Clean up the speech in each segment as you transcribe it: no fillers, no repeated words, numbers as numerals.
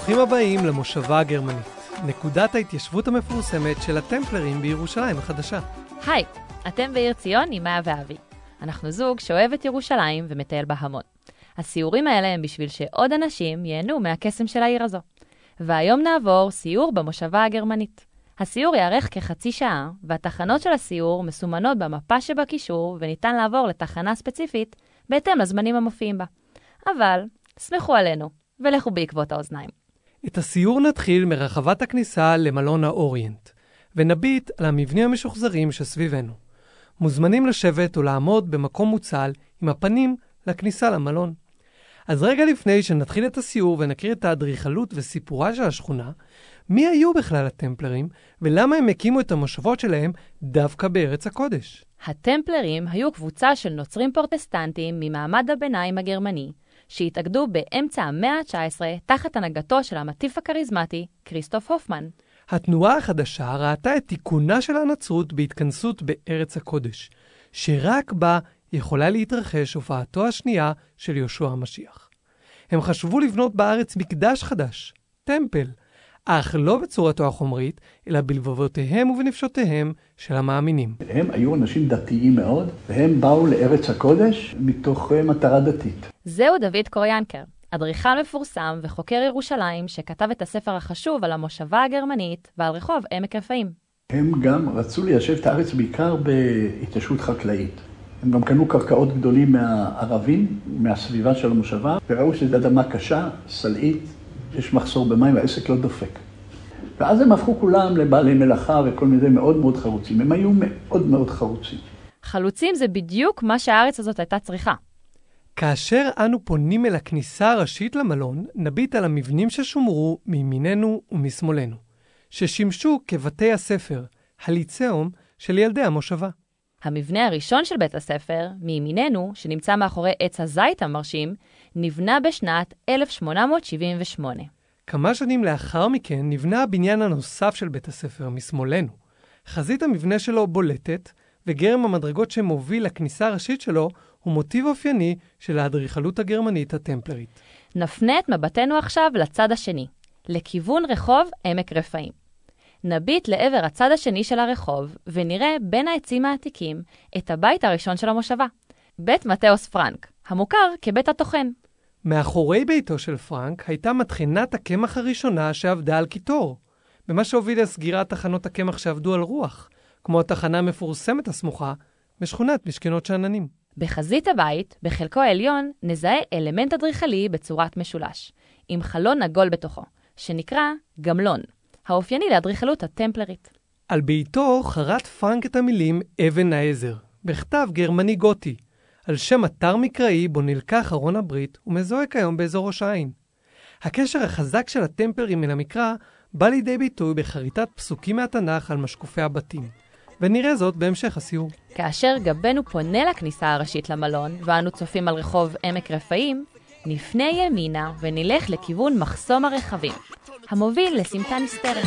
ברוכים הבאים למושבה הגרמנית, נקודת ההתיישבות המפורסמת של הטמפלרים בירושלים החדשה. היי, אתם בעיר ציון עם מאיה ואבי. אנחנו זוג שאוהב את ירושלים ומטייל בה המון. הסיורים האלה הם בשביל שעוד אנשים ייהנו מהקסם של העיר הזו. והיום נעבור סיור במושבה הגרמנית. הסיור יארך כחצי שעה, והתחנות של הסיור מסומנות במפה שבקישור, וניתן לעבור לתחנה ספציפית בהתאם לזמנים המופיעים בה. אבל סמכו עלינו, ולכו בעקבות האוזניים. את הסיור נתחיל מרחבת הכניסה למלון האוריינט, ונביט על המבנים המשוחזרים שסביבנו. מוזמנים לשבת או לעמוד במקום מוצל עם הפנים לכניסה למלון. אז רגע לפני שנתחיל את הסיור ונכיר את האדריכלות וסיפורה של השכונה, מי היו בכלל הטמפלרים ולמה הם הקימו את המושבות שלהם דווקא בארץ הקודש? הטמפלרים היו קבוצה של נוצרים פרוטסטנטים ממעמד הביניים הגרמני, שהתאגדו באמצע המאה ה-19 תחת הנהגתו של המטיף הכריזמטי כריסטוף הופמן. התנועה החדשה ראתה את תיקונה של הנצרות בהתכנסות בארץ הקודש, שרק בה יכולה להתרחש הופעתו השנייה של יהושע המשיח. הם חשבו לבנות בארץ מקדש חדש, טמפל, אך לא בצורתו החומרית, אלא בלבבותיהם ובנפשותיהם של המאמינים. הם היו אנשים דתיים מאוד, והם באו לארץ הקודש מתוך מטרה דתית. זהו דוד קוריאנקר, אדריכל מפורסם וחוקר ירושלים שכתב את הספר החשוב על המושבה הגרמנית ועל רחוב עמק רפאים. הם גם רצו ליישב את הארץ בעיקר בהתיישבות חקלאית. הם גם קנו קרקעות גדולים מהערבים, מהסביבה של המושבה, וראו שזו אדמה קשה, סלעית, יש מחסור במים והעסק לא דופק. ואז הם הפכו כולם לבעלי מלאכה וכל מיני מאוד מאוד חרוצים. הם היו מאוד מאוד חרוצים. חלוצים זה בדיוק מה שהארץ הזאת הייתה צריכה. כאשר אנו פונים אל הכניסה הראשית למלון, נביט על המבנים ששומרו מימיננו ומשמאלנו, ששימשו כבתי הספר, הליצאום של ילדי המושבה. המבנה הראשון של בית הספר, מימיננו, שנמצא מאחורי עץ הזית המרשים, נבנה בשנת 1878. כמה שנים לאחר מכן נבנה הבניין הנוסף של בית הספר משמאלנו. חזית המבנה שלו בולטת, וגרם המדרגות שמוביל לכניסה הראשית שלו הוא מוטיב אופייני של האדריכלות הגרמנית הטמפלרית. נפנה את מבטנו עכשיו לצד השני, לכיוון רחוב עמק רפאים. נביט לעבר הצד השני של הרחוב, ונראה בין העצים העתיקים את הבית הראשון של המושבה, בית מתאוס פרנק, המוכר כבית הטוחן. מאחורי ביתו של פרנק הייתה מטחנת הקמח הראשונה שעבדה על קיטור, במה שהוביל לסגירת תחנות הקמח שעבדו על רוח, כמו התחנה המפורסמת הסמוכה בשכונת משכנות שאננים. בחזית הבית, בחלקו העליון, נזהה אלמנט אדריכלי בצורת משולש, עם חלון עגול בתוכו, שנקרא גמלון, האופייני לאדריכלות הטמפלרית. על ביתו חרט פרנק את המילים אבן העזר, בכתב גרמני גותי, על שם אתר מקראי בו נלקח ארון הברית ומזוהה כיום באזור ראש העין. הקשר החזק של הטמפלרים אל המקרא בא לידי ביטוי בחריטת פסוקים מהתנ"ך על משקופי הבתים, ונראה זאת בהמשך הסיור. כאשר גבנו פונה לכניסה הראשית למלון, ואנו צופים על רחוב עמק רפאים, נפנה ימינה ונלך לכיוון מחסום הרכבים, המוביל לסמטה נסתרת.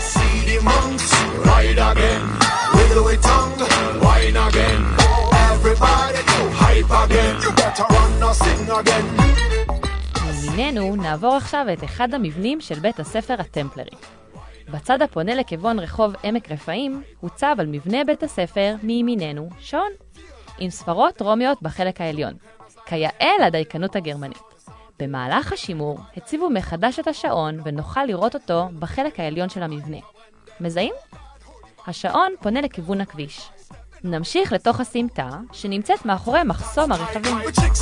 מימיננו נעבור עכשיו את אחד המבנים של בית הספר הטמפלרי. בצד הפונה לכיוון רחוב עמק רפאים הוצב על מבנה בית הספר מימיננו שעון, עם ספרות רומיות בחלק העליון, כיאה לדייקנות הגרמנית. במהלך השימור הציבו מחדש את השעון ונוכל לראות אותו בחלק העליון של המבנה. מזהים? השעון פונה לכיוון הכביש. נמשיך לתוך הסמטה שנמצאת מאחורי מחסום הרכבים.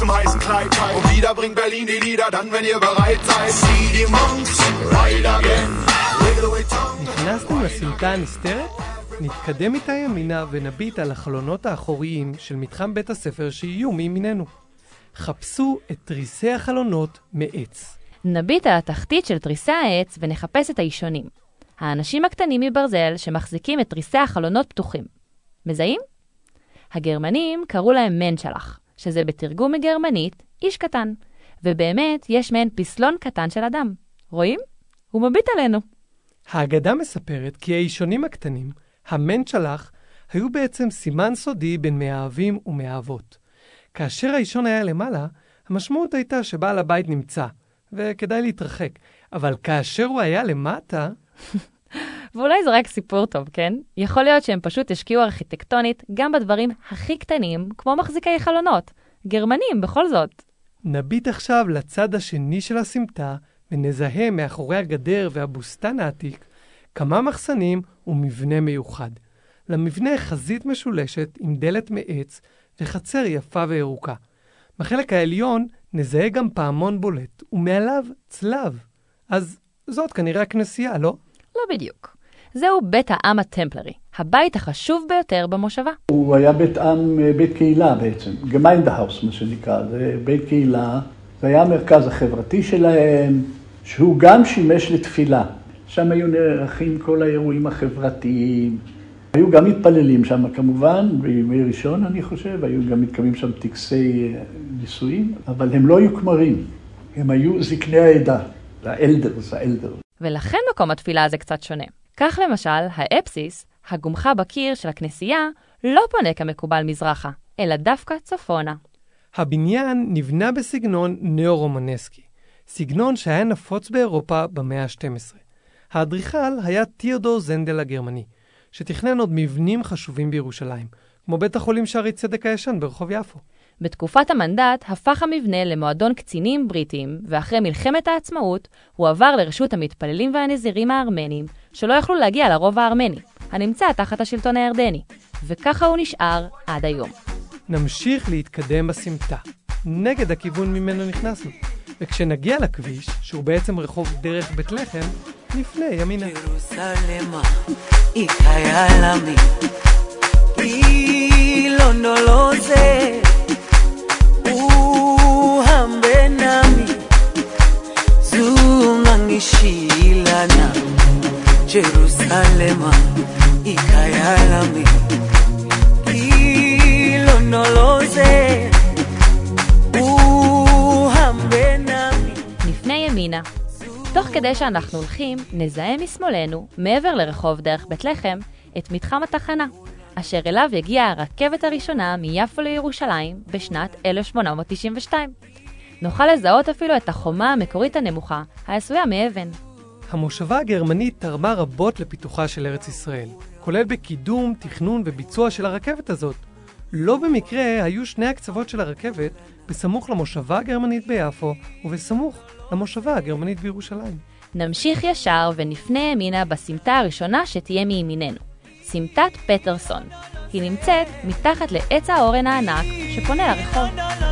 נכנסנו לסמטה הנסתרת? נתקדם איתה ימינה ונביט על החלונות האחוריים של מתחם בית הספר שיהיו מימיננו. חפשו את תריסי החלונות מעץ. נביט על התחתית של תריסי העץ ונחפש את האישונים. האנשים הקטנים מברזל שמחזיקים את תריסי החלונות פתוחים. מזהים? הגרמנים קראו להם מנצ'לח, שזה בתרגום מגרמנית איש קטן, ובאמת יש מעין פסלון קטן של אדם. רואים? הוא מביט עלינו. האגדה מספרת כי האישונים הקטנים, המנצ'לח, היו בעצם סימן סודי בין מאהבים ומאהבות. כאשר האישון היה למעלה, המשמעות הייתה שבעל הבית נמצא, וכדאי להתרחק. אבל כאשר הוא היה למטה... ואולי זה רק סיפור טוב, כן? יכול להיות שהם פשוט השקיעו ארכיטקטונית גם בדברים הכי קטנים, כמו מחזיקי חלונות. גרמנים, בכל זאת. נביט עכשיו לצד השני של הסמטה, ונזהה מאחורי הגדר והבוסתן העתיק כמה מחסנים ומבנה מיוחד. למבנה חזית משולשת עם דלת מעץ וחצר יפה וירוקה. בחלק העליון נזהה גם פעמון בולט, ומעליו צלב. אז זאת כנראה הכנסייה, לא? לא בדיוק. זהו בית העם הטמפלרי, הבית החשוב ביותר במושבה. הוא היה בית עם, בית קהילה בעצם, גמיינדהאוס מה שנקרא, זה בית קהילה, זה היה המרכז החברתי שלהם, שהוא גם שימש לתפילה. שם היו נערכים כל האירועים החברתיים, היו גם מתפללים שם כמובן, בימי ראשון אני חושב, היו גם מתקיימים שם טקסי נישואים, אבל הם לא היו כמרים, הם היו זקני העדה, האלדרס. ולכן מקום התפילה הזה קצת שונה. כך למשל, האפסיס, הגומחה בקיר של הכנסייה, לא פונה כמקובל מזרחה, אלא דווקא צפונה. הבניין נבנה בסגנון נאו-רומנסקי, סגנון שהיה נפוץ באירופה במאה ה-12. האדריכל היה תיאודור זנדל הגרמני, שתכנן עוד מבנים חשובים בירושלים, כמו בית החולים שערי צדק הישן ברחוב יפו. בתקופת המנדט הפך המבנה למועדון קצינים בריטים, ואחרי מלחמת העצמאות הוא עבר לרשות המתפללים והנזירים הארמנים, שלא יכלו להגיע לרוב הארמני, הנמצא תחת השלטון הירדני, וככה הוא נשאר עד היום. נמשיך להתקדם בסמטה, נגד הכיוון ממנו נכנסנו, וכשנגיע לכביש, שהוא בעצם רחוב דרך בית לחם, נפנה ימינה. ירוסלמה, ikayalami, ilondoloze, uhambe nami, zungangishilana. Jerusalema, ikayalami, ilondoloze, uhambe nami. נפנה ימינה. תוך כדי שאנחנו הולכים, נזהה משמאלנו, מעבר לרחוב דרך בית לחם, את מתחם התחנה, אשר אליו הגיעה הרכבת הראשונה מיפו לירושלים בשנת 1892. נוכל לזהות אפילו את החומה המקורית הנמוכה, העשויה מאבן. המושבה הגרמנית תרמה רבות לפיתוחה של ארץ ישראל, כולל בקידום, תכנון וביצוע של הרכבת הזאת. לא במקרה היו שני הקצוות של הרכבת בסמוך למושבה הגרמנית ביפו ובסמוך למושבה הגרמנית בירושלים. נמשיך ישר ונפנה ימינה בסמטה הראשונה שתהיה מימיננו, סמטת פטרסון. היא נמצאת מתחת לעץ האורן הענק שפונה לרחוב.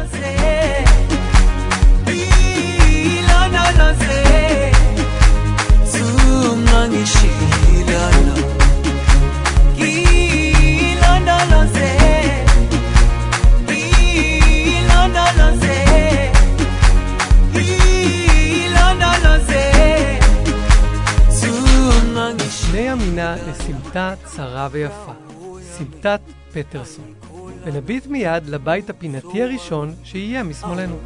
ימינה לסמטה צרה ויפה, סמטת פטרסון, ונביט מיד לבית הפינתי הראשון שיהיה משמאלנו.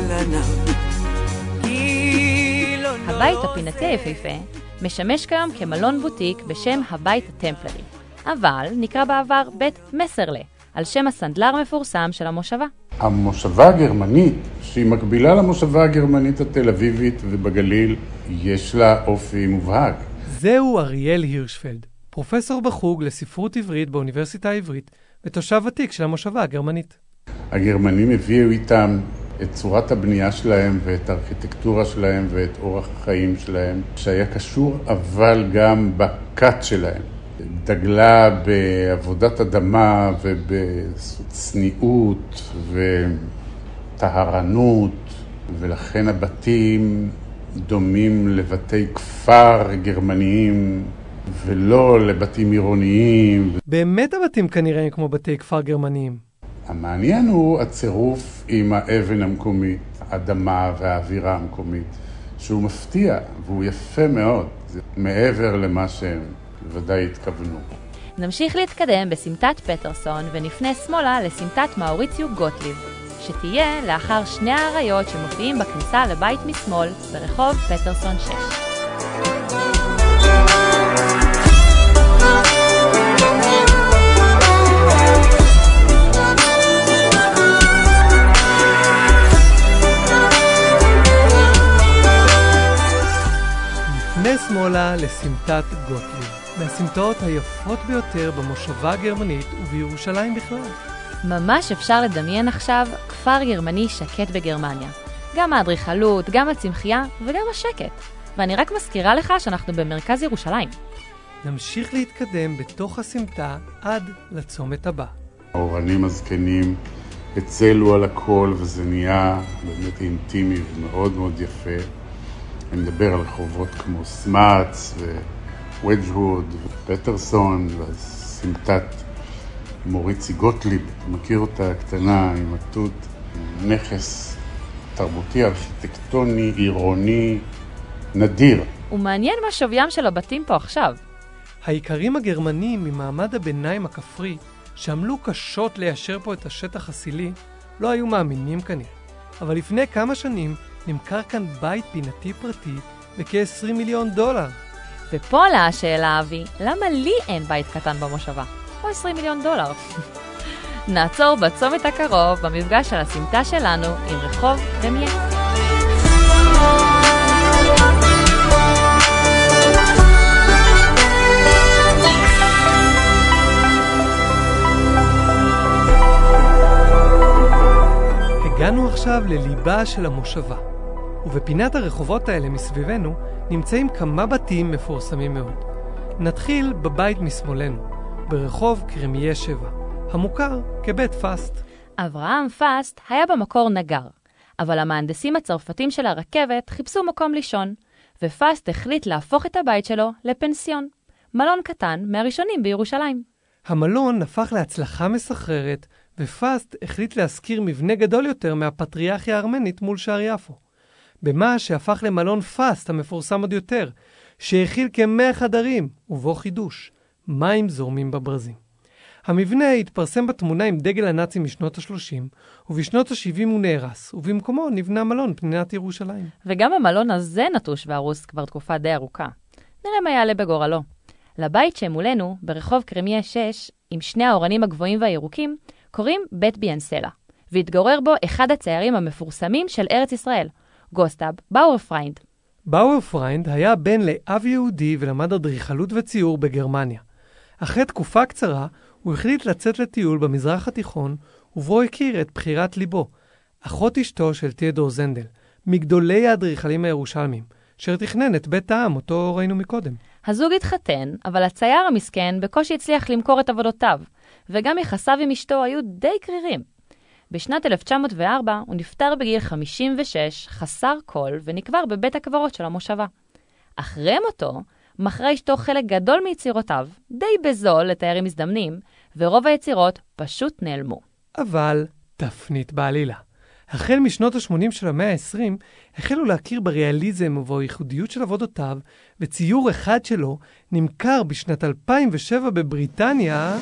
הבית הפינתי היפהפה משמש כיום כמלון בוטיק בשם הבית הטמפלרי, אבל נקרא בעבר בית מסרלה, על שם הסנדלר המפורסם של המושבה. המושבה הגרמנית, שהיא מקבילה למושבה הגרמנית התל אביבית ובגליל, יש לה אופי מובהק. זהו אריאל הירשפלד, פרופסור בחוג לספרות עברית באוניברסיטה העברית, ותושב ותיק של המושבה הגרמנית. הגרמנים הביאו איתם את צורת הבנייה שלהם ואת הארכיטקטורה שלהם ואת אורח החיים שלהם, שהיה קשור אבל גם בקט שלהם. דגלה בעבודת אדמה ובצניעות וטהרנות, ולכן הבתים דומים לבתי כפר גרמניים ולא לבתים עירוניים. באמת הבתים כנראה הם כמו בתי כפר גרמניים. המעניין הוא הצירוף עם האבן המקומית, האדמה והאווירה המקומית, שהוא מפתיע והוא יפה מאוד. זה מעבר למה שהם ודאי התכוונו. נמשיך להתקדם בסמטת פטרסון ונפנה שמאלה לסמטת מאוריציו גוטליב, שתהיה לאחר שני האריות שמופיעים בכניסה לבית משמאל ברחוב פטרסון 6. הבאה לסמטת גוטליב, מהסמטאות היפות ביותר במושבה הגרמנית ובירושלים בכלל. ממש אפשר לדמיין עכשיו כפר גרמני שקט בגרמניה. גם האדריכלות, גם הצמחייה וגם השקט. ואני רק מזכירה לך שאנחנו במרכז ירושלים. נמשיך להתקדם בתוך הסמטה עד לצומת הבא. האורנים הזקנים הצלו על הכל וזה נהיה באמת אינטימי ומאוד מאוד יפה. אני מדבר על רחובות כמו סמאץ ווודג'ווד ופטרסון והסמטת מוריצי גוטליב, אתה מכיר אותה הקטנה עם התות, נכס תרבותי, ארכיטקטוני, עירוני, נדיר. ומעניין מה שוויים של הבתים פה עכשיו. העיקרים הגרמנים ממעמד הביניים הכפרי, שעמלו קשות ליישר פה את השטח הסילי, לא היו מאמינים כנראה. אבל לפני כמה שנים נמכר כאן בית פינתי פרטי בכ-$20 מיליון. ופה עלה השאלה, אבי, למה לי אין בית קטן במושבה? או $20 מיליון. נעצור בצומת הקרוב במפגש של הסמטה שלנו עם רחוב קרמיה. הגענו עכשיו לליבה של המושבה, ובפינת הרחובות האלה מסביבנו נמצאים כמה בתים מפורסמים מאוד. נתחיל בבית משמאלנו, ברחוב קרמיה 7, המוכר כבית פאסט. אברהם פאסט היה במקור נגר, אבל המהנדסים הצרפתים של הרכבת חיפשו מקום לישון, ופאסט החליט להפוך את הבית שלו לפנסיון, מלון קטן מהראשונים בירושלים. המלון הפך להצלחה מסחררת, ופאסט החליט להזכיר מבנה גדול יותר מהפטריארכיה הארמנית מול שער יפו. במה שהפך למלון פאסט המפורסם עוד יותר, שהכיל כ100 חדרים, ובו חידוש, מים זורמים בברזים. המבנה התפרסם בתמונה עם דגל הנאצי משנות ה-30, ובשנות ה-70 הוא נהרס, ובמקומו נבנה מלון פנינת ירושלים. וגם המלון הזה נטוש והרוס כבר תקופה די ארוכה. נראה מה יעלה בגורלו. לבית שמולנו, ברחוב קרמיה 6, עם שני האורנים הגבוהים והירוקים, קוראים בית ביאנסלה, והתגורר בו אחד הציירים המפורסמים של ארץ ישראל, גוסטב באוארפריינד. באוארפריינד היה בן לאב יהודי ולמד אדריכלות וציור בגרמניה. אחרי תקופה קצרה, הוא החליט לצאת לטיול במזרח התיכון, ובו הכיר את בחירת ליבו, אחות אשתו של תיאודור זנדל, מגדולי האדריכלים הירושלמים, אשר תכנן את בית העם, אותו ראינו מקודם. הזוג התחתן, אבל הצייר המסכן בקושי הצליח למכור את עבודותיו, וגם יחסיו עם אשתו היו די קרירים. בשנת 1904 הוא נפטר בגיל 56, חסר קול, ונקבר בבית הקברות של המושבה. אחרי מותו, מכרה אשתו חלק גדול מיצירותיו, די בזול לתיירים מזדמנים, ורוב היצירות פשוט נעלמו. אבל תפנית בעלילה. החל משנות ה-80 של המאה ה-20, החלו להכיר בריאליזם ובייחודיות של עבודותיו, וציור אחד שלו נמכר בשנת 2007 בבריטניה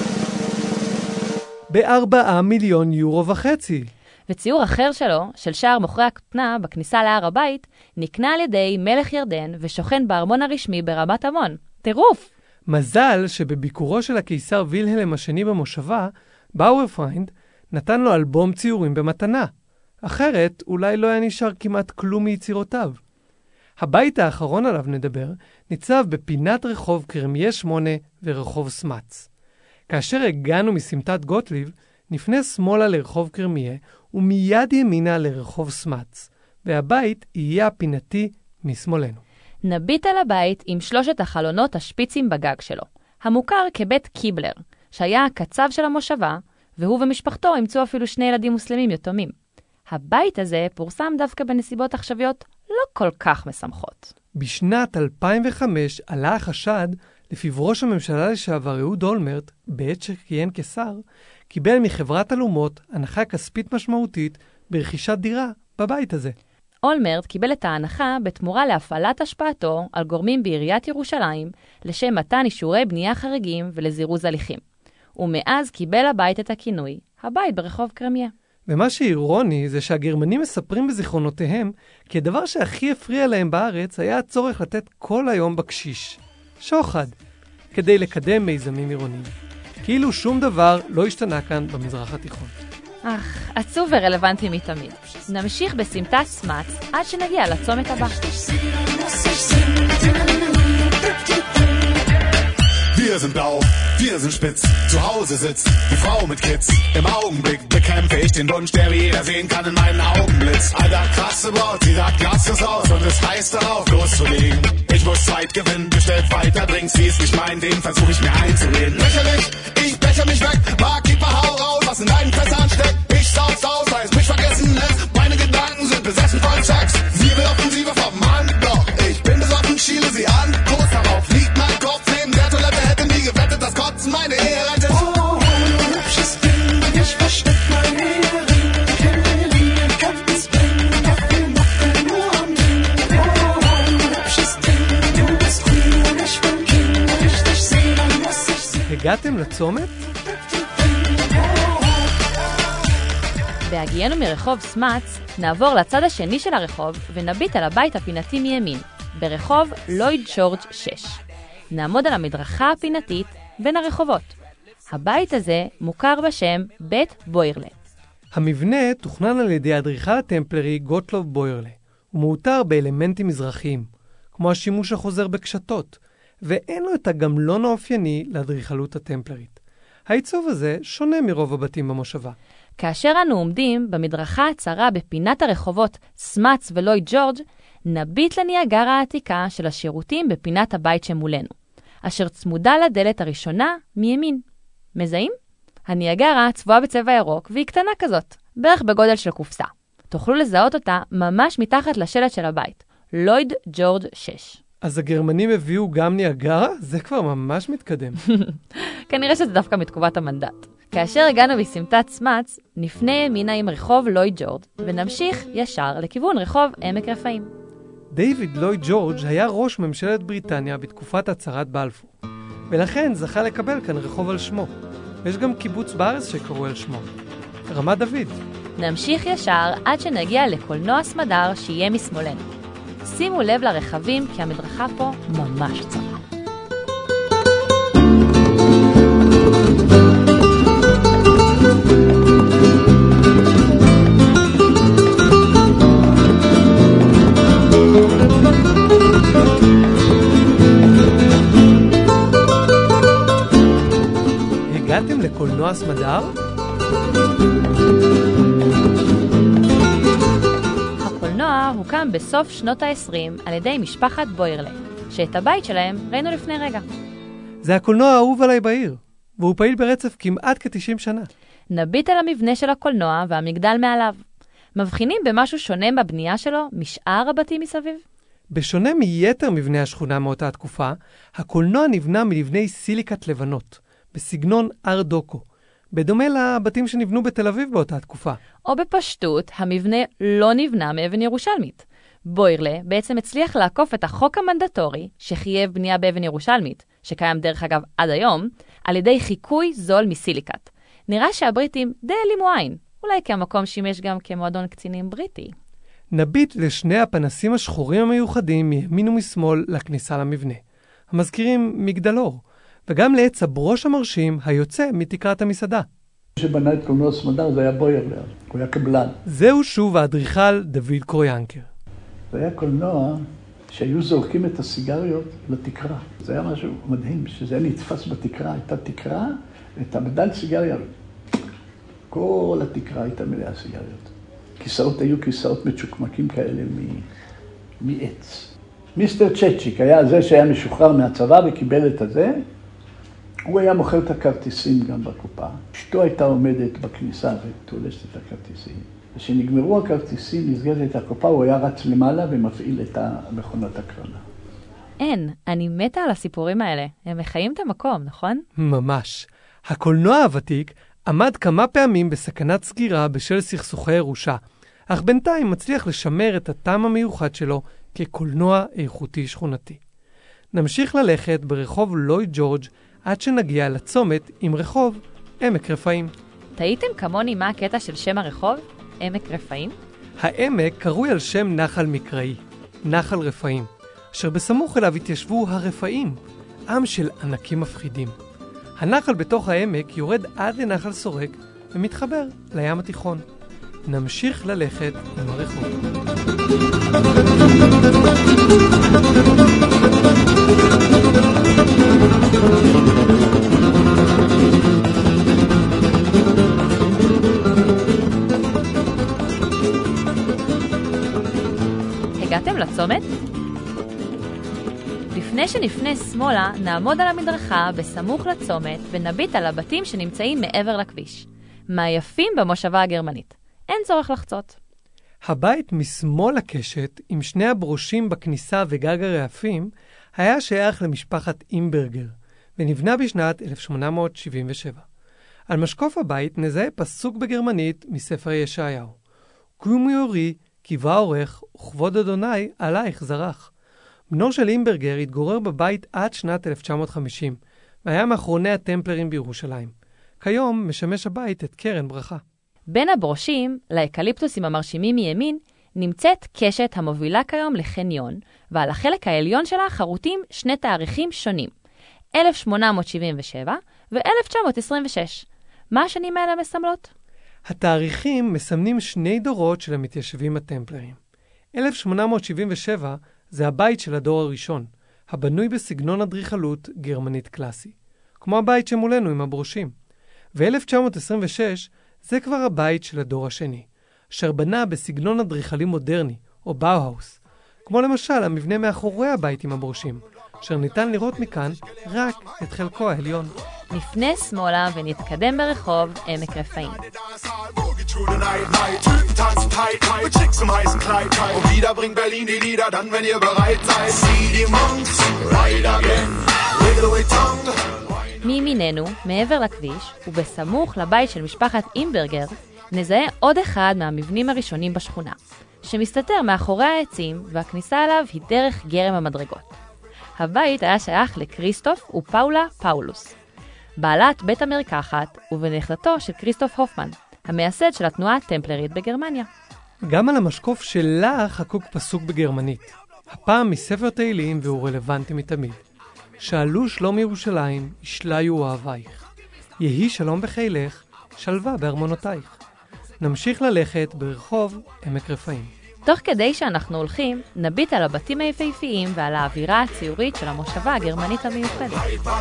ב$4.5 מיליון. וציור אחר שלו, של שער מוכרי הכותנה בכניסה להר הבית, נקנה על ידי מלך ירדן ושוכן בארמון הרשמי ברמת עמון. טירוף! מזל שבביקורו של הקיסר וילהלם השני במושבה, באוארפריינד נתן לו אלבום ציורים במתנה. אחרת אולי לא היה נשאר כמעט כלום מיצירותיו. הבית האחרון עליו נדבר ניצב בפינת רחוב קרמיה 8 ורחוב סמאץ. כאשר הגענו מסמטת גוטליב, נפנה שמאלה לרחוב קרמיה ומיד ימינה לרחוב סמאץ, והבית יהיה הפינתי משמאלנו. נביט על הבית עם 3 החלונות השפיצים בגג שלו, המוכר כבית קיבלר, שהיה הקצב של המושבה, והוא ומשפחתו אימצו אפילו 2 ילדים מוסלמים יתומים. הבית הזה פורסם דווקא בנסיבות עכשוויות לא כל כך משמחות. בשנת 2005 עלה החשד לפיו ראש הממשלה לשעבר אהוד אולמרט, בעת שכיהן כשר, קיבל מחברת אלומות הנחה כספית משמעותית ברכישת דירה בבית הזה. אולמרט קיבל את ההנחה בתמורה להפעלת השפעתו על גורמים בעיריית ירושלים לשם מתן אישורי בנייה חריגים ולזירוז הליכים. ומאז קיבל הבית את הכינוי, הבית ברחוב קרמיה. ומה שאירוני זה שהגרמנים מספרים בזיכרונותיהם כי הדבר שהכי הפריע להם בארץ היה הצורך לתת כל היום בקשיש, שוחד, כדי לקדם מיזמים עירוניים. כאילו שום דבר לא השתנה כאן במזרח התיכון. עצוב ורלוונטי מתמיד. נמשיך בסמטת סמאץ עד שנגיע לצומת הבא. Wir sind blau, wir sind spitz, zu Hause sitzt die Frau mit Kids. Im Augenblick bekämpfe ich den Wunsch, der wie jeder sehen kann in meinen Augenblitz. Alter, krasse Braut, sie sagt, lass es aus und es heißt darauf loszulegen. Ich muss Zeit gewinnen, bestellt weiter Drinks, sie ist nicht mein Ding, versuch ich mir einzureden. Lächerlich, ich becher mich weg, Barkeeper, hau raus, was in deinen Fässern steckt. Ich saus aus, weil es mich vergessen lässt. Meine Gedanken sind besessen von Sex. Sie will Offensive vom Mann, doch ich bin besoffen, schiele sie an. Groß darauf liegt mein Kopf neben der Toilette, hätte nie gewettet, dass Kotzen meine Ehe rettet. Oh, du hübsches Ding, ich versteck mein Ehering. Kenn meine Linie, kann es bringen, doch wir machen nur am Ding. Oh, du hübsches Ding, du bist Queen und ich bin King. Wenn ich dich sehe, dann muss ich sehen. הגעתם לצומת? בהגיינו מרחוב סמץ, נעבור לצד השני של הרחוב ונביט על הבית הפינתי מימין, ברחוב לויד ג'ורג' 6. נעמוד על המדרכה הפינתית בין הרחובות. הבית הזה מוכר בשם בית בוירלה. המבנה תוכנן על ידי האדריכל הטמפלרי גוטלוב בוירלה. הוא מאותר באלמנטים מזרחיים, כמו השימוש החוזר בקשתות, ואין לו את הגמלון האופייני לאדריכלות הטמפלרית. העיצוב הזה שונה מרוב הבתים במושבה. כאשר אנו עומדים במדרכה הצרה בפינת הרחובות סמץ ולויד ג'ורג', נביט לניאגרה העתיקה של השירותים בפינת הבית שמולנו, אשר צמודה לדלת הראשונה מימין. מזהים? הניאגרה צבועה בצבע ירוק והיא קטנה כזאת, בערך בגודל של קופסה. תוכלו לזהות אותה ממש מתחת לשלט של הבית, לויד ג'ורג' 6. אז הגרמנים הביאו גם ניאגרה? זה כבר ממש מתקדם. כנראה שזה דווקא מתקופת המנדט. כאשר הגענו בסמטת סמץ, נפנה ימינה עם רחוב לויד ג'ורג' ונמשיך ישר לכיוון רחוב עמק רפאים. דיוויד לויד ג'ורג' היה ראש ממשלת בריטניה בתקופת הצהרת בלפור, ולכן זכה לקבל כאן רחוב על שמו. ויש גם קיבוץ בארץ שקראו על שמו, רמת דוד. נמשיך ישר עד שנגיע לקולנוע סמדר שיהיה משמאלנו. שימו לב לרכבים כי המדרכה פה ממש צרה. הגעתם לקולנוע סמדר? הקולנוע הוקם בסוף שנות ה-20 על ידי משפחת בוירלה, שאת הבית שלהם ראינו לפני רגע. זה הקולנוע האהוב עליי בעיר, והוא פעיל ברצף כמעט כ-90 שנה. נביט על המבנה של הקולנוע והמגדל מעליו. מבחינים במשהו שונה בבנייה שלו משאר הבתים מסביב? בשונה מיתר מבני השכונה מאותה התקופה, הקולנוע נבנה מלבני סיליקת לבנות, בסגנון אר-דוקו, בדומה לבתים שנבנו בתל אביב באותה תקופה. או בפשטות, המבנה לא נבנה מאבן ירושלמית. בוירלה בעצם הצליח לעקוף את החוק המנדטורי שחייב בנייה באבן ירושלמית, שקיים דרך אגב עד היום, על ידי חיקוי זול מסיליקת. נראה שהבריטים די העלימו עין, אולי כי המקום שימש גם כמועדון קצינים בריטי. נביט לשני הפנסים השחורים המיוחדים מימין ומשמאל לכניסה למבנה, המזכירים מגדלור, וגם לעץ הברוש המרשים היוצא מתקרת המסעדה. שבנה את קולנוע סמדר זה היה בוירלה, הוא היה קבלן. זהו שוב האדריכל דוד קרויאנקר. זה היה קולנוע שהיו זורקים את הסיגריות לתקרה. זה היה משהו מדהים, שזה היה נתפס בתקרה, הייתה תקרה, ואת המדל סיגריה, כל התקרה הייתה מלאה סיגריות. כיסאות היו כיסאות מצ'וקמקים כאלה מעץ. מיסטר צ'צ'יק היה זה שהיה משוחרר מהצבא וקיבל את הזה. הוא היה מוכר את הכרטיסים גם בקופה. אשתו הייתה עומדת בכניסה ותולשת את הכרטיסים. כשנגמרו הכרטיסים, נסגרת את הקופה, הוא היה רץ למעלה ומפעיל את מכונת הקרנה. אין, אני מתה על הסיפורים האלה. הם מחיים את המקום, נכון? ממש. הקולנוע הוותיק עמד כמה פעמים בסכנת סגירה בשל סכסוכי ירושה, אך בינתיים מצליח לשמר את הטעם המיוחד שלו כקולנוע איכותי שכונתי. נמשיך ללכת ברחוב לויד ג'ורג' עד שנגיע לצומת עם רחוב עמק רפאים. תהיתם כמוני מה הקטע של שם הרחוב? עמק רפאים? העמק קרוי על שם נחל מקראי, נחל רפאים, אשר בסמוך אליו התיישבו הרפאים, עם של ענקים מפחידים. הנחל בתוך העמק יורד עד לנחל סורק ומתחבר לים התיכון. נמשיך ללכת עם הרחוב. הצומת? לפני שנפנה שמאלה, נעמוד על המדרכה בסמוך לצומת ונביט על הבתים שנמצאים מעבר לכביש. מהיפים במושבה הגרמנית. אין צורך לחצות. הבית משמאל לקשת, עם שני הברושים בכניסה וגג הרעפים, היה שייך למשפחת אימברגר, ונבנה בשנת 1877. על משקוף הבית נזהה פסוק בגרמנית מספר ישעיהו. קום יורי, קיווה אורך, וכבוד אדוני עלייך זרח. בנו של אימברגר התגורר בבית עד שנת 1950, והיה מאחרוני הטמפלרים בירושלים. כיום משמש הבית את קרן ברכה. בין הברושים, לאקליפטוסים המרשימים מימין, נמצאת קשת המובילה כיום לחניון, ועל החלק העליון שלה חרוטים שני תאריכים שונים, 1877 ו-1926. מה השנים האלה מסמלות? התאריכים מסמנים שני דורות של המתיישבים הטמפלרים. 1877 זה הבית של הדור הראשון, הבנוי בסגנון אדריכלות גרמנית קלאסי, כמו הבית שמולנו עם הברושים. ו-1926 זה כבר הבית של הדור השני, אשר בנה בסגנון אדריכלי מודרני, או באוהאוס, כמו למשל המבנה מאחורי הבית עם הברושים, אשר ניתן לראות מכאן רק את חלקו העליון. נפנה שמאלה ונתקדם ברחוב עמק רפאים. מימיננו, מעבר לכביש, ובסמוך לבית של משפחת אימברגר, נזהה עוד אחד מהמבנים הראשונים בשכונה, שמסתתר מאחורי העצים, והכניסה אליו היא דרך גרם המדרגות. הבית היה שייך לקריסטוף ופאולה פאולוס, בעלת בית המרקחת ובנכדתו של כריסטוף הופמן, המייסד של התנועה הטמפלרית בגרמניה. גם על המשקוף שלה חקוק פסוק בגרמנית, הפעם מספר תהילים והוא רלוונטי מתמיד. שאלו שלום ירושלים, ישליו אוהבייך. יהי שלום בחילך, שלווה בארמונותייך. נמשיך ללכת ברחוב עמק רפאים. תוך כדי שאנחנו הולכים, נביט על הבתים היפהפיים ועל האווירה הציורית של המושבה הגרמנית המיוחדת.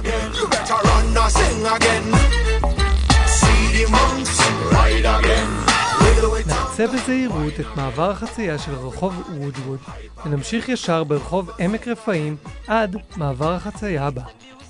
נעצה בזהירות את מעבר החצייה של רחוב וודווד, ונמשיך ישר ברחוב עמק רפאים עד מעבר החצייה הבא.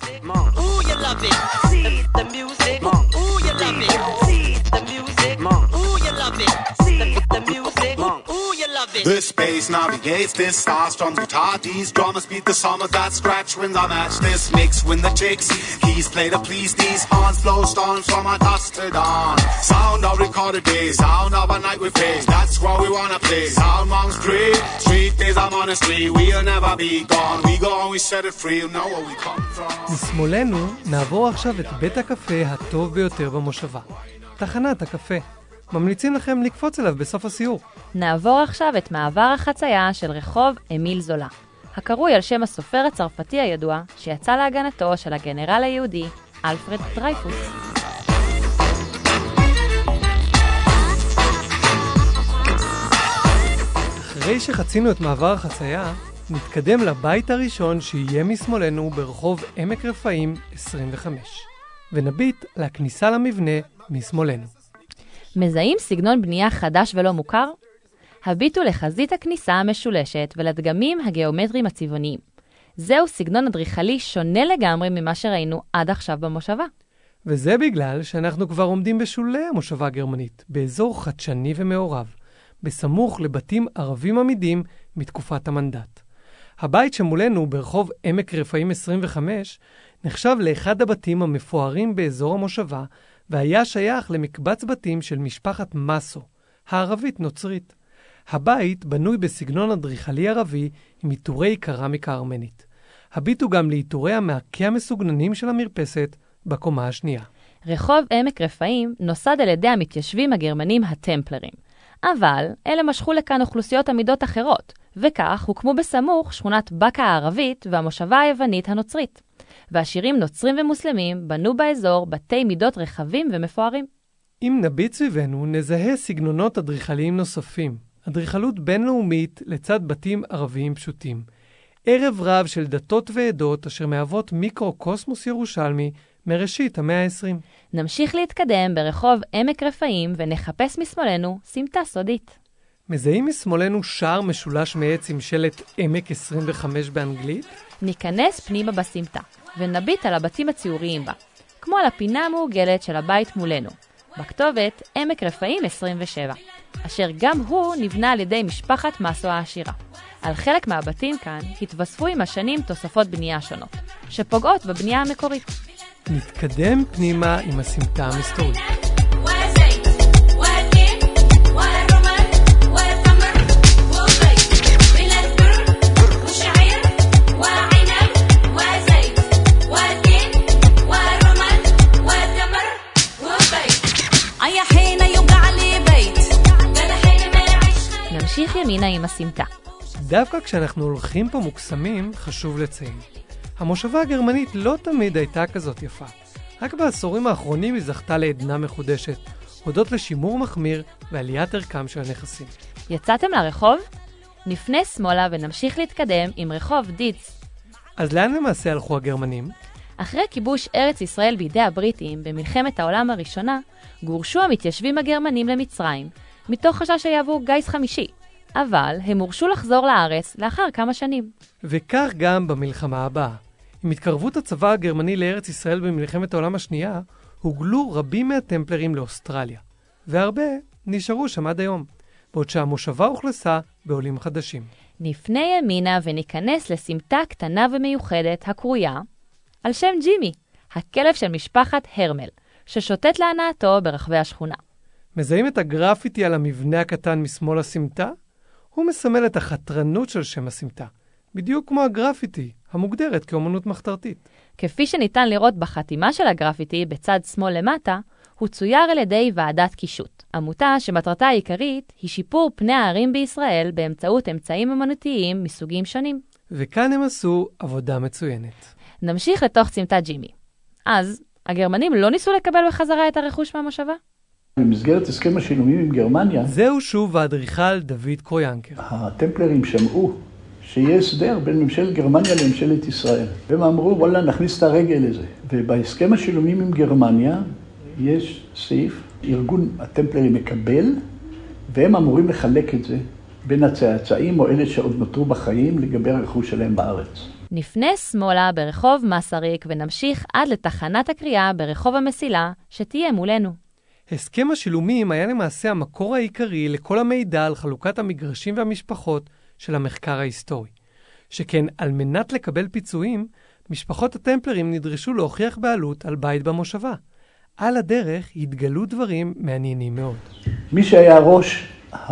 This bass navigates, this star-strummed guitar, these drummers beat the summer, that scratch winds I match, this mix when the chicks, keys play to please, these horns blow storms from our dusk to dawn. Sound of recorded days, sound of a night we face, that's what we wanna play. Sound monks street, street days of honesty, we'll never be gone, we go and we set it free, you know where we come from. משמאלנו נעבור עכשיו את בית הקפה הטוב ביותר במושבה, תחנת הקפה. ממליצים לכם לקפוץ אליו בסוף הסיור. נעבור עכשיו את מעבר החצייה של רחוב אמיל זולה, הקרוי על שם הסופר הצרפתי הידוע שיצא להגנתו של הגנרל היהודי אלפרד דרייפוס. אחרי שחצינו את מעבר החצייה, נתקדם לבית הראשון שיהיה משמאלנו ברחוב עמק רפאים 25, ונביט לכניסה למבנה משמאלנו. מזהים סגנון בנייה חדש ולא מוכר? הביטו לחזית הכניסה המשולשת ולדגמים הגיאומטריים הצבעוניים. זהו סגנון אדריכלי שונה לגמרי ממה שראינו עד עכשיו במושבה. וזה בגלל שאנחנו כבר עומדים בשולי המושבה הגרמנית, באזור חדשני ומעורב, בסמוך לבתים ערבים עמידים מתקופת המנדט. הבית שמולנו ברחוב עמק רפאים 25 נחשב לאחד הבתים המפוארים באזור המושבה, והיה שייך למקבץ בתים של משפחת מסו, הערבית נוצרית. הבית בנוי בסגנון אדריכלי ערבי עם עיטורי קרמיקה ארמנית. הביטו גם לעיטורי המעקה המסוגננים של המרפסת בקומה השנייה. רחוב עמק רפאים נוסד על ידי המתיישבים הגרמנים הטמפלרים, אבל אלה משכו לכאן אוכלוסיות עמידות אחרות, וכך הוקמו בסמוך שכונת בקה הערבית והמושבה היוונית הנוצרית. והשירים נוצרים ומוסלמים בנו באזור בתי מידות רחבים ומפוארים. אם נביט סביבנו נזהה סגנונות אדריכליים נוספים, אדריכלות בינלאומית לצד בתים ערביים פשוטים. ערב רב של דתות ועדות אשר מהוות מיקרו-קוסמוס ירושלמי מראשית המאה ה-20. נמשיך להתקדם ברחוב עמק רפאים ונחפש משמאלנו סמטה סודית. מזהים משמאלנו שער משולש מעץ עם שלט עמק 25 באנגלית? ניכנס פנימה בסמטה, ונביט על הבתים הציוריים בה, כמו על הפינה המעוגלת של הבית מולנו, בכתובת עמק רפאים 27, אשר גם הוא נבנה על ידי משפחת מסו העשירה. על חלק מהבתים כאן התווספו עם השנים תוספות בנייה שונות, שפוגעות בבנייה המקורית. נתקדם פנימה עם הסמטה המסתורית. נמשיך ימינה עם הסמטה. דווקא כשאנחנו הולכים פה מוקסמים, חשוב לציין. המושבה הגרמנית לא תמיד הייתה כזאת יפה. רק בעשורים האחרונים היא זכתה לעדנה מחודשת, הודות לשימור מחמיר ועליית ערכם של הנכסים. יצאתם לרחוב? נפנה שמאלה ונמשיך להתקדם עם רחוב דיץ. אז לאן למעשה הלכו הגרמנים? אחרי כיבוש ארץ ישראל בידי הבריטים במלחמת העולם הראשונה, גורשו המתיישבים הגרמנים למצרים, מתוך חשש שיעברו גיס חמישי. אבל הם הורשו לחזור לארץ לאחר כמה שנים. וכך גם במלחמה הבאה. עם התקרבות הצבא הגרמני לארץ ישראל במלחמת העולם השנייה, הוגלו רבים מהטמפלרים לאוסטרליה. והרבה נשארו שם עד היום, בעוד שהמושבה הוכלסה בעולים חדשים. נפנה ימינה וניכנס לסמטה קטנה ומיוחדת הקרויה על שם ג'ימי, הכלב של משפחת הרמל, ששוטט להנאתו ברחבי השכונה. מזהים את הגרפיטי על המבנה הקטן משמאל הסמטה? הוא מסמל את החתרנות של שם הסמטה, בדיוק כמו הגרפיטי, המוגדרת כאומנות מחתרתית. כפי שניתן לראות בחתימה של הגרפיטי בצד שמאל למטה, הוא צויר על ידי ועדת קישוט, עמותה שמטרתה העיקרית היא שיפור פני הערים בישראל באמצעות אמצעים אמנותיים מסוגים שונים. וכאן הם עשו עבודה מצוינת. נמשיך לתוך סמטה ג'ימי. אז, הגרמנים לא ניסו לקבל בחזרה את הרכוש מהמושבה? במסגרת הסכם השילומים עם גרמניה, זהו שוב האדריכל דוד קרויאנקר. הטמפלרים שמעו שיהיה הסדר בין ממשלת גרמניה לממשלת ישראל. והם אמרו, וואלה, נכניס את הרגל לזה. ובהסכם השילומים עם גרמניה יש סעיף, ארגון הטמפלרים מקבל, והם אמורים לחלק את זה בין הצאצאים או אלה שעוד נותרו בחיים לגבי הרכוש שלהם בארץ. נפנה שמאלה ברחוב מסריק ונמשיך עד לתחנת הקריאה ברחוב המסילה שתהיה מולנו. הסכם השילומים היה למעשה המקור העיקרי לכל המידע על חלוקת המגרשים והמשפחות של המחקר ההיסטורי. שכן על מנת לקבל פיצויים, משפחות הטמפלרים נדרשו להוכיח בעלות על בית במושבה. על הדרך התגלו דברים מעניינים מאוד. מי שהיה ראש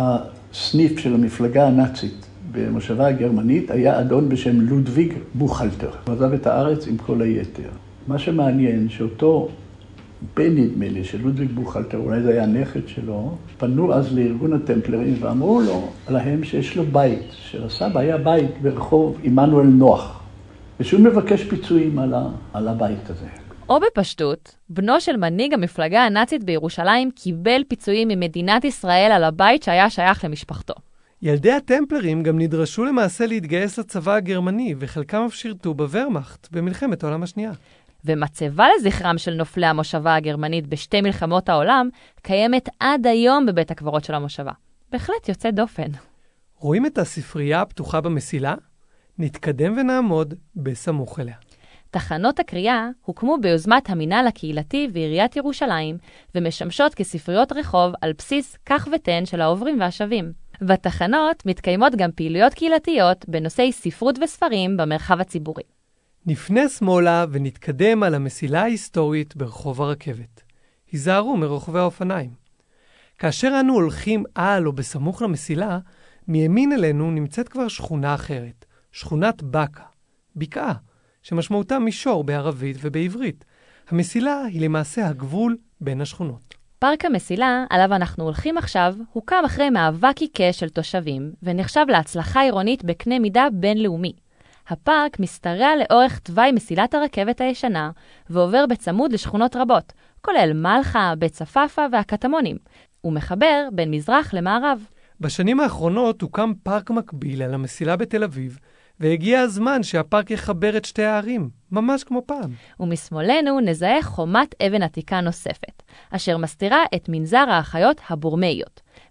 הסניף של המפלגה הנאצית במושבה הגרמנית היה אדון בשם לודוויג בוכלטר. הוא עזב את הארץ עם כל היתר. מה שמעניין שאותו בן נדמה לי של לודוויג בוכלטר, אולי זה היה הנכד שלו, פנו אז לארגון הטמפלרים ואמרו לו להם שיש לו בית, שלסבא היה בית ברחוב עמנואל נוח, ושהוא מבקש פיצויים על הבית הזה. או בפשטות, בנו של מנהיג המפלגה הנאצית בירושלים קיבל פיצויים ממדינת ישראל על הבית שהיה שייך למשפחתו. ילדי הטמפלרים גם נדרשו למעשה להתגייס לצבא הגרמני, וחלקם אף שירתו בוורמאכט במלחמת העולם השנייה. ומצבה לזכרם של נופלי המושבה הגרמנית בשתי מלחמות העולם קיימת עד היום בבית הקברות של המושבה. בהחלט יוצא דופן. רואים את הספרייה הפתוחה במסילה? נתקדם ונעמוד בסמוך אליה. תחנות הקריאה הוקמו ביוזמת המינהל הקהילתי ועיריית ירושלים, ומשמשות כספריות רחוב על בסיס כך ותן של העוברים והשבים. בתחנות מתקיימות גם פעילויות קהילתיות בנושאי ספרות וספרים במרחב הציבורי. נפנה שמאלה ונתקדם על המסילה ההיסטורית ברחוב הרכבת. היזהרו מרוכבי האופניים. כאשר אנו הולכים על או בסמוך למסילה, מימין אלינו נמצאת כבר שכונה אחרת, שכונת בקה, בקעה, שמשמעותה מישור בערבית ובעברית. המסילה היא למעשה הגבול בין השכונות. פארק המסילה, עליו אנחנו הולכים עכשיו, הוקם אחרי מאבק עיקש של תושבים, ונחשב להצלחה עירונית בקנה מידה בינלאומי. הפארק משתרע לאורך תוואי מסילת הרכבת הישנה, ועובר בצמוד לשכונות רבות, כולל מלחה, בית צפאפה והקטמונים. הוא מחבר בין מזרח למערב. בשנים האחרונות הוקם פארק מקביל על המסילה בתל אביב, והגיע הזמן שהפארק יחבר את שתי הערים, ממש כמו פעם. ומשמאלנו נזהה חומת אבן עתיקה נוספת, אשר מסתירה את מנזר האחיות הבורמאיות.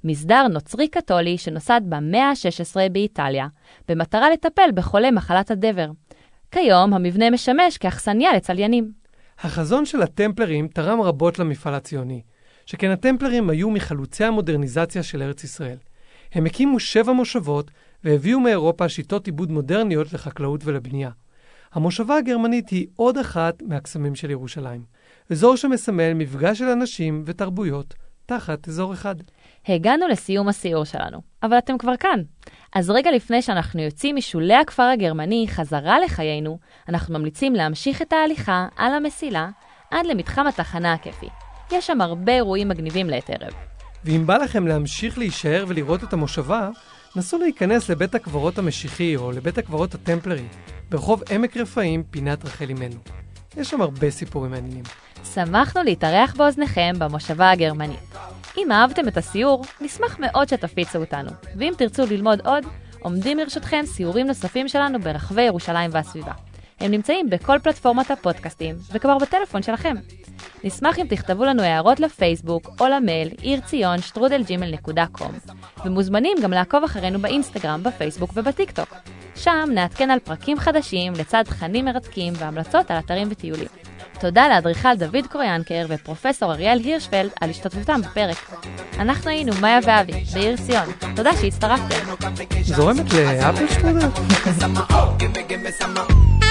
מסדר נוצרי קתולי שנוסד במאה ה-16 באיטליה, במטרה לטפל בחולי מחלת הדבר. כיום המבנה משמש כאכסניה לצליינים. החזון של הטמפלרים תרם רבות למפעל הציוני, שכן הטמפלרים היו מחלוצי המודרניזציה של ארץ ישראל. הם הקימו 7 מושבות והביאו מאירופה שיטות עיבוד מודרניות לחקלאות ולבנייה. המושבה הגרמנית היא עוד אחת מהקסמים של ירושלים, אזור שמסמל מפגש של אנשים ותרבויות תחת אזור אחד. הגענו לסיום הסיור שלנו, אבל אתם כבר כאן. אז רגע לפני שאנחנו יוצאים משולי הכפר הגרמני חזרה לחיינו, אנחנו ממליצים להמשיך את ההליכה על המסילה עד למתחם התחנה הכיפי. יש שם הרבה אירועים מגניבים לעת ערב. ואם בא לכם להמשיך להישאר ולראות את המושבה, נסו להיכנס לבית הקברות המשיחי או לבית הקברות הטמפלרי, ברחוב עמק רפאים, פינת רחל אימנו. יש שם הרבה סיפורים מעניינים. שמחנו להתארח באוזניכם במושבה הגרמנית. אם אהבתם את הסיור, נשמח מאוד שתפיצו אותנו. ואם תרצו ללמוד עוד, עומדים לרשותכם סיורים נוספים שלנו ברחבי ירושלים והסביבה. הם נמצאים בכל פלטפורמת הפודקאסטים, וכבר בטלפון שלכם. נשמח אם תכתבו לנו הערות לפייסבוק או למייל irzion@gmail.com, ומוזמנים גם לעקוב אחרינו באינסטגרם, בפייסבוק ובטיקטוק. שם נעדכן על פרקים חדשים לצד תכנים מרתקים והמלצות על אתרים וטיולים. תודה לאדריכל דוד קוריאנקר ופרופסור אריאל הירשפלד על השתתפותם בפרק. אנחנו היינו מאיה ואבי בעיר ציון. תודה שהצטרפתם. זורמת לאפל שטרודל?